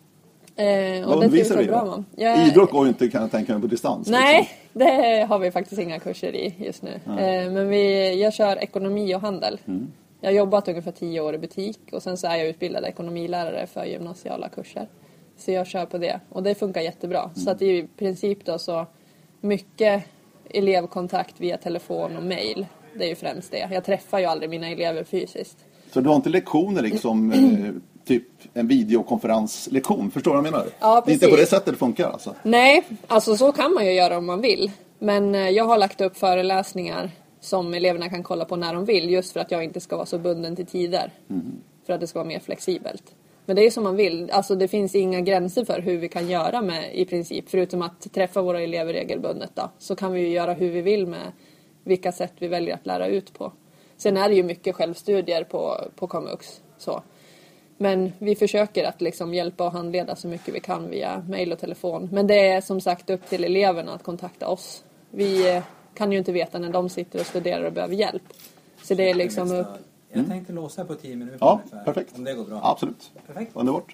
Vad undervisar du då? Idrott går ju inte, kan jag tänka mig, på distans. Nej, liksom. Det har vi faktiskt inga kurser i just nu. Men jag kör ekonomi och handel. Jag har jobbat ungefär 10 år i butik och sen så är jag utbildad ekonomilärare för gymnasiala kurser. Så jag kör på det och det funkar jättebra. Så att i princip då så mycket elevkontakt via telefon och mail. Det är ju främst det. Jag träffar ju aldrig mina elever fysiskt. Så du har inte lektioner liksom, typ en videokonferenslektion, förstår du vad jag menar? Ja, precis. Det är inte på det sättet det funkar alltså? Nej, alltså så kan man ju göra om man vill. Men jag har lagt upp föreläsningar som eleverna kan kolla på när de vill. Just för att jag inte ska vara så bunden till tider. För att det ska vara mer flexibelt. Men det är som man vill. Alltså det finns inga gränser för hur vi kan göra med i princip. Förutom att träffa våra elever regelbundet då. Så kan vi ju göra hur vi vill med vilka sätt vi väljer att lära ut på. Sen är det ju mycket självstudier på komvux. Så. Men vi försöker att liksom hjälpa och handleda så mycket vi kan via mejl och telefon. Men det är som sagt upp till eleverna att kontakta oss. Vi kan ju inte veta när de sitter och studerar och behöver hjälp. Så det är liksom upp. Jag tänkte låsa på 10 minuter. Ja, ungefär, perfekt. om det går bra. Absolut. Perfekt. Underbart.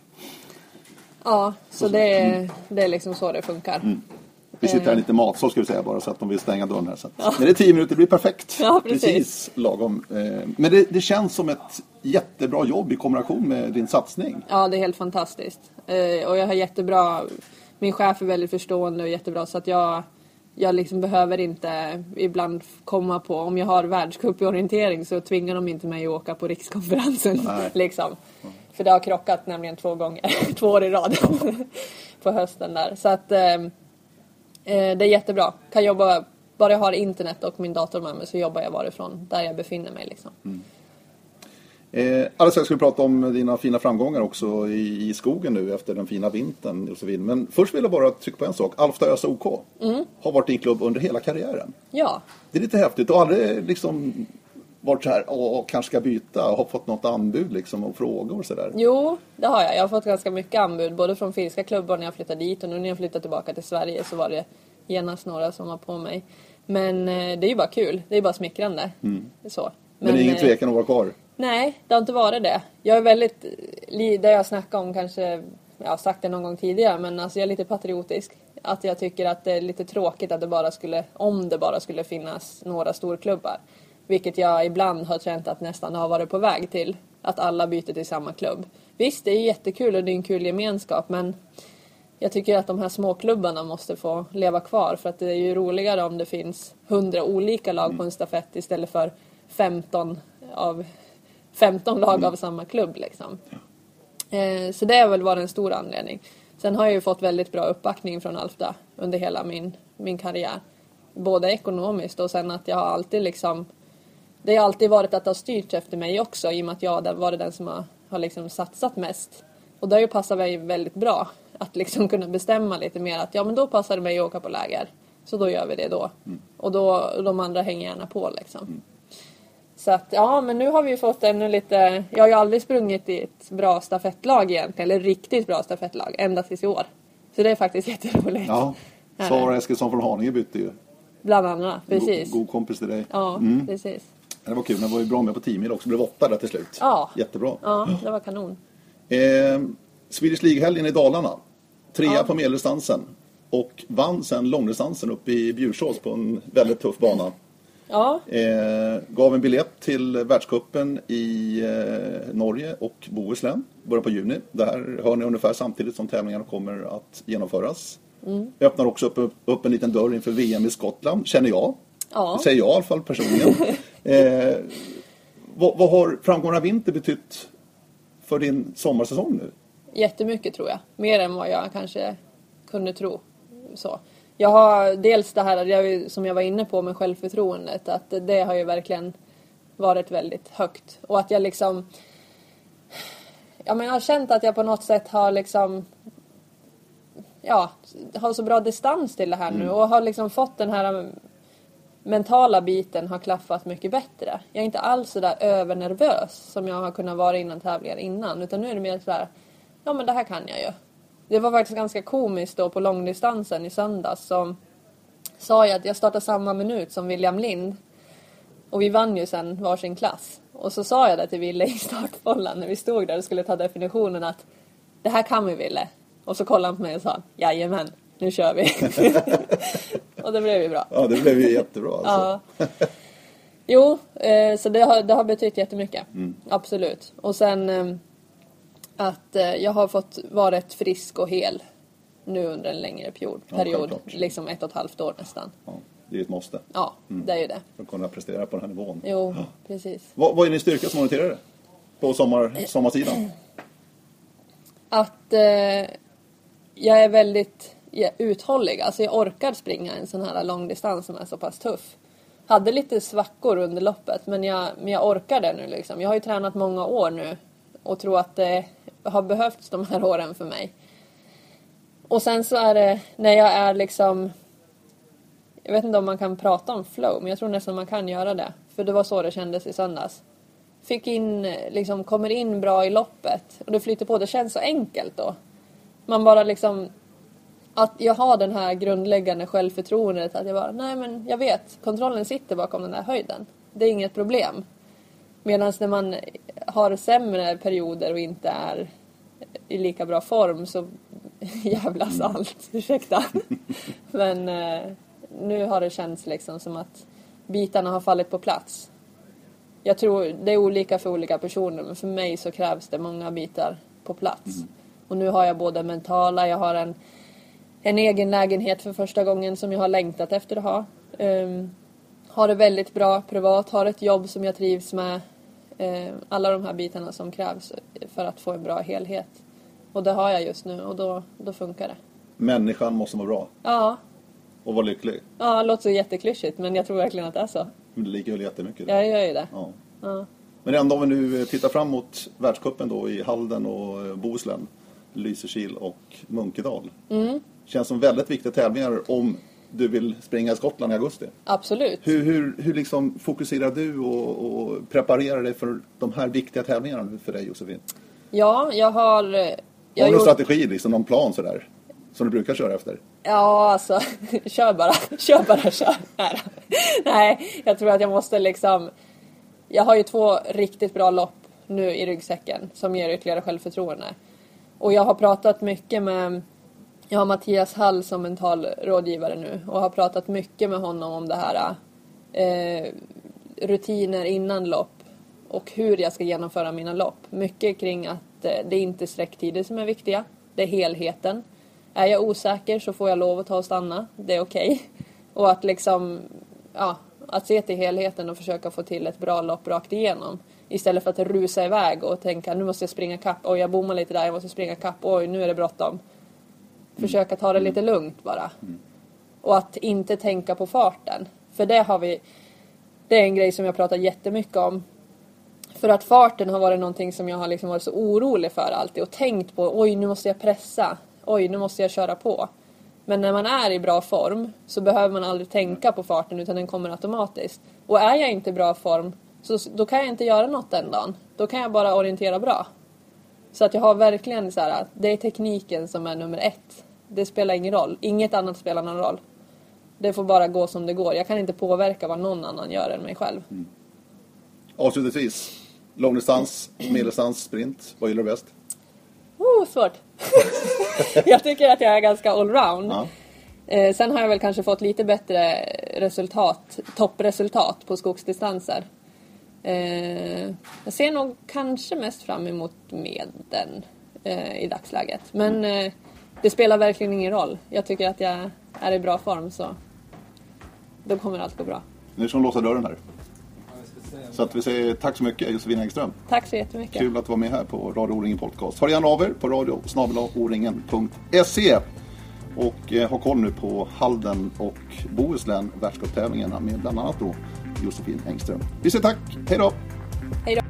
Ja, så det är liksom så det funkar. Vi sitter här lite mat, så ska vi säga bara, så att de vill stänga dörren här. Så att, men det är 10 minuter, det blir perfekt. Ja, precis. Lagom. Men det känns som ett jättebra jobb i kombination med din satsning. Ja, det är helt fantastiskt. Och jag har jättebra, min chef är väldigt förstående och jättebra, så att jag liksom behöver inte ibland komma på, om jag har världscup i orientering så tvingar de inte mig att åka på rikskonferensen. Liksom. För det har krockat nämligen 2 gånger, 2 år i rad på hösten där. Så att det är jättebra. Kan jobba, bara jag har internet och min dator med mig så jobbar jag varifrån där jag befinner mig liksom. Alldeles jag skulle prata om dina fina framgångar också i skogen nu efter den fina vintern och så vidare. Men först vill jag bara trycka på en sak. Alfta ÖSA OK har varit din klubb under hela karriären. Ja. Det är lite häftigt och aldrig liksom varit så här, kanske ska byta och har fått något anbud liksom och frågor och sådär. Jo, det har jag. Jag har fått ganska mycket anbud både från finska klubbar när jag flyttade dit och nu när jag flyttade tillbaka till Sverige så var det genast några som var på mig. Men det är ju bara kul. Det är bara smickrande. Så. Men det är ingen tvekan att vara kvar? Nej, det har inte varit det. Jag är väldigt, det jag snackar om kanske, jag har sagt det någon gång tidigare, men alltså jag är lite patriotisk. Att jag tycker att det är lite tråkigt att om det bara skulle finnas några storklubbar. Vilket jag ibland har känt att nästan har varit på väg till. Att alla byter till samma klubb. Visst, det är jättekul och det är en kul gemenskap, men jag tycker att de här småklubbarna måste få leva kvar. För att det är ju roligare om det finns 100 olika lag på en stafett istället för 15 lag av samma klubb liksom. Så det har väl varit en stor anledning. Sen har jag ju fått väldigt bra uppbackning från Alfta under hela min karriär. Både ekonomiskt och sen att jag har alltid liksom, det har alltid varit att det har styrt efter mig också, i och med att jag har varit den som har liksom satsat mest. Och det har ju passat mig väldigt bra att liksom kunna bestämma lite mer att ja, men då passar det mig att åka på läger. Så då gör vi det då. Och då de andra hänger gärna på liksom. Så att, ja, men nu har vi ju fått ännu lite, jag har ju aldrig sprungit i ett bra stafettlag egentligen, eller riktigt bra stafettlag, ända tills i år. Så det är faktiskt jätteroligt. Ja, Sara Eskilsson från Haninge bytte ju. Bland annat, precis. God kompis till dig. Ja, precis. Det var kul, den var ju bra med på 10 också, blev 8 där till slut. Ja. Jättebra. Ja, det var kanon. Swedish League-helgen i Dalarna. 3 på medeldistansen. Och vann sen långdistansen upp i Bjursås på en väldigt tuff bana. Ja. Gav en biljett till världscupen i Norge och Bohuslän. Början på juni. Där hör ni ungefär samtidigt som tävlingarna kommer att genomföras. Öppnar också upp en liten dörr inför VM i Skottland, känner jag. Ja. Det säger jag i alla fall personligen. Vad har framgångarna vinter betytt för din sommarsäsong nu? Jättemycket tror jag. Mer än vad jag kanske kunde tro. Så. Jag har dels det här som jag var inne på med självförtroendet. Att det har ju verkligen varit väldigt högt. Och att jag liksom... Ja, men jag har känt att jag på något sätt har liksom... Ja, har så bra distans till det här nu. Och har liksom fått den här mentala biten har klaffat mycket bättre. Jag är inte alls så där övernervös som jag har kunnat vara innan tävlingar innan. Utan nu är det mer så här, ja men det här kan jag ju. Det var faktiskt ganska komiskt då på långdistansen i söndags. Så sa jag att jag startade samma minut som William Lind. Och vi vann ju sen varsin klass. Och så sa jag det till Ville i startbollen när vi stod där och skulle ta definitionen att det här kan vi, Ville. Och så kollade han på mig och sa, jajamän, nu kör vi. Och det blev ju bra. Ja, det blev ju jättebra alltså. Ja. Jo, så det har betytt jättemycket. Absolut. Och sen att jag har fått vara rätt frisk och hel nu under en längre period. Liksom 1,5 år nästan. Ja, det är ett måste. Ja, det är ju det. För att kunna prestera på den här nivån. Jo, precis. Vad är din styrka som orienterare på sommarsidan? Att jag är väldigt uthållig. Alltså jag orkar springa en sån här långdistans som är så pass tuff. Hade lite svackor under loppet, men jag orkar det nu liksom. Jag har ju tränat många år nu och tror att det har behövts de här åren för mig. Och sen så är det när jag är liksom... Jag vet inte om man kan prata om flow, men jag tror nästan man kan göra det. För det var så det kändes i söndags. Kommer in bra i loppet och det flyter på. Det känns så enkelt då. Man bara liksom... Att jag har den här grundläggande självförtroendet att jag bara, nej men jag vet, kontrollen sitter bakom den här höjden. Det är inget problem. Medan när man har sämre perioder och inte är i lika bra form så jävlas allt, ursäkta. Men nu har det känts liksom som att bitarna har fallit på plats. Jag tror det är olika för olika personer, men för mig så krävs det många bitar på plats. Och nu har jag både mentala, jag har en egen lägenhet för första gången som jag har längtat efter att ha. Har det väldigt bra privat, har ett jobb som jag trivs med. Alla de här bitarna som krävs för att få en bra helhet. Och det har jag just nu och då funkar det. Människan måste vara bra. Ja. Och vara lycklig. Ja, det låter så jätteklyschigt, men jag tror verkligen att det är så. Men det ligger väl jättemycket. Ja, det gör ju det. Ja. Men ändå om vi nu tittar fram mot världscupen då i Halden och Bohuslän, Lysekil och Munkedal. Känns som väldigt viktiga tävlingar om du vill springa i Skottland i augusti. Absolut. Hur liksom fokuserar du och preparerar dig för de här viktiga tävlingarna för dig, Josefin? Ja, jag har... Har du någon strategi, liksom någon plan sådär? Som du brukar köra efter? Ja, alltså, kör bara. Nej, jag tror att jag måste liksom... Jag har ju 2 riktigt bra lopp nu i ryggsäcken som ger ytterligare självförtroende. Och jag har pratat mycket med... Jag har Mattias Hall som mental rådgivare nu och har pratat mycket med honom om det här rutiner innan lopp och hur jag ska genomföra mina lopp. Mycket kring att det är inte sträcktider som är viktiga, det är helheten. Är jag osäker så får jag lov att ta och stanna, det är okej. Och att liksom, ja, att se till helheten och försöka få till ett bra lopp rakt igenom. Istället för att rusa iväg och tänka, nu måste jag springa kapp, oj jag bommar lite där, jag måste springa kapp, oj nu är det bråttom. Försöka ta det lite lugnt bara. Och att inte tänka på farten. För det är en grej som jag pratar jättemycket om. För att farten har varit någonting som jag har liksom varit så orolig för alltid. Och tänkt på, oj nu måste jag pressa. Oj nu måste jag köra på. Men när man är i bra form så behöver man aldrig tänka på farten utan den kommer automatiskt. Och är jag inte i bra form så då kan jag inte göra något den dagen. Då kan jag bara orientera bra. Så att jag har verkligen så här, det är tekniken som är nummer 1. Det spelar ingen roll. Inget annat spelar någon roll. Det får bara gå som det går. Jag kan inte påverka vad någon annan gör än mig själv. Avslutningsvis, långdistans, medeldistans, sprint. Vad gillar du bäst? Svårt. Jag tycker att jag är ganska allround. Ja. Sen har jag väl kanske fått lite bättre toppresultat på skogsdistanser. Jag ser nog kanske mest fram emot medlen i dagsläget. Men det spelar verkligen ingen roll. Jag tycker att jag är i bra form, så då kommer allt gå bra. Nu ska de låsa dörren här. Så att vi säger tack så mycket, Josefin Engström. Tack så jättemycket. Kul att du var med här på Radio O-ringen podcast. Hör gärna av er på radio@oringen.se. Och ha koll nu på Halden och Bohuslän världscuptävlingarna med bland annat då Josefin Engström. Vi säger tack, hej då! Hej då!